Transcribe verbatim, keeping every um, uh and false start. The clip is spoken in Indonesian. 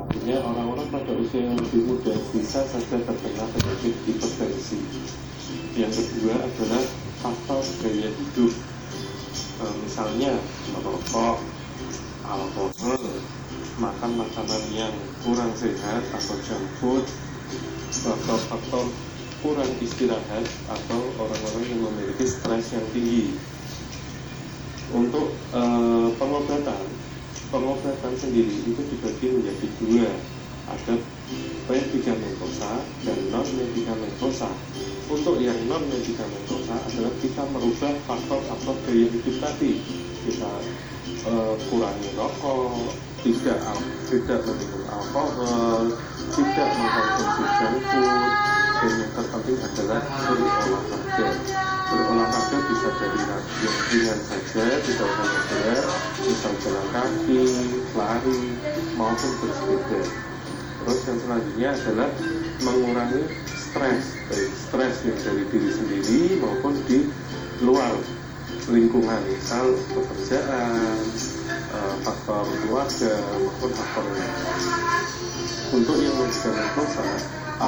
Artinya orang-orang pada usia yang lebih muda bisa saja terkena penyakit hipertensi. Yang kedua adalah faktor gaya hidup, e, misalnya merokok, alkohol, makan makanan yang kurang sehat atau junk food, faktor-faktor kurang istirahat atau orang-orang yang memiliki stres yang tinggi. Untuk e, pengobatan, pengobatan sendiri itu dibagi menjadi dua, ada medikamentosa dan non medikamentosa. Untuk yang non medikamentosa adalah kita merubah faktor-faktor gaya hidup tadi, kita e, kurangi rokok, tidak tidak meminum alkohol, tidak mengkonsumsi junk food, dan yang terpenting adalah berolahraga. Berolahraga bisa dari yang ringan saja, tidak usah berat, bisa jalan kaki, lari, maupun bersepeda. Terus yang selanjutnya adalah mengurangi stres, baik stres yang dari diri sendiri maupun di luar lingkungan, misal pekerjaan, faktor keluarga maupun faktor lain. Untuk yang medikamentosa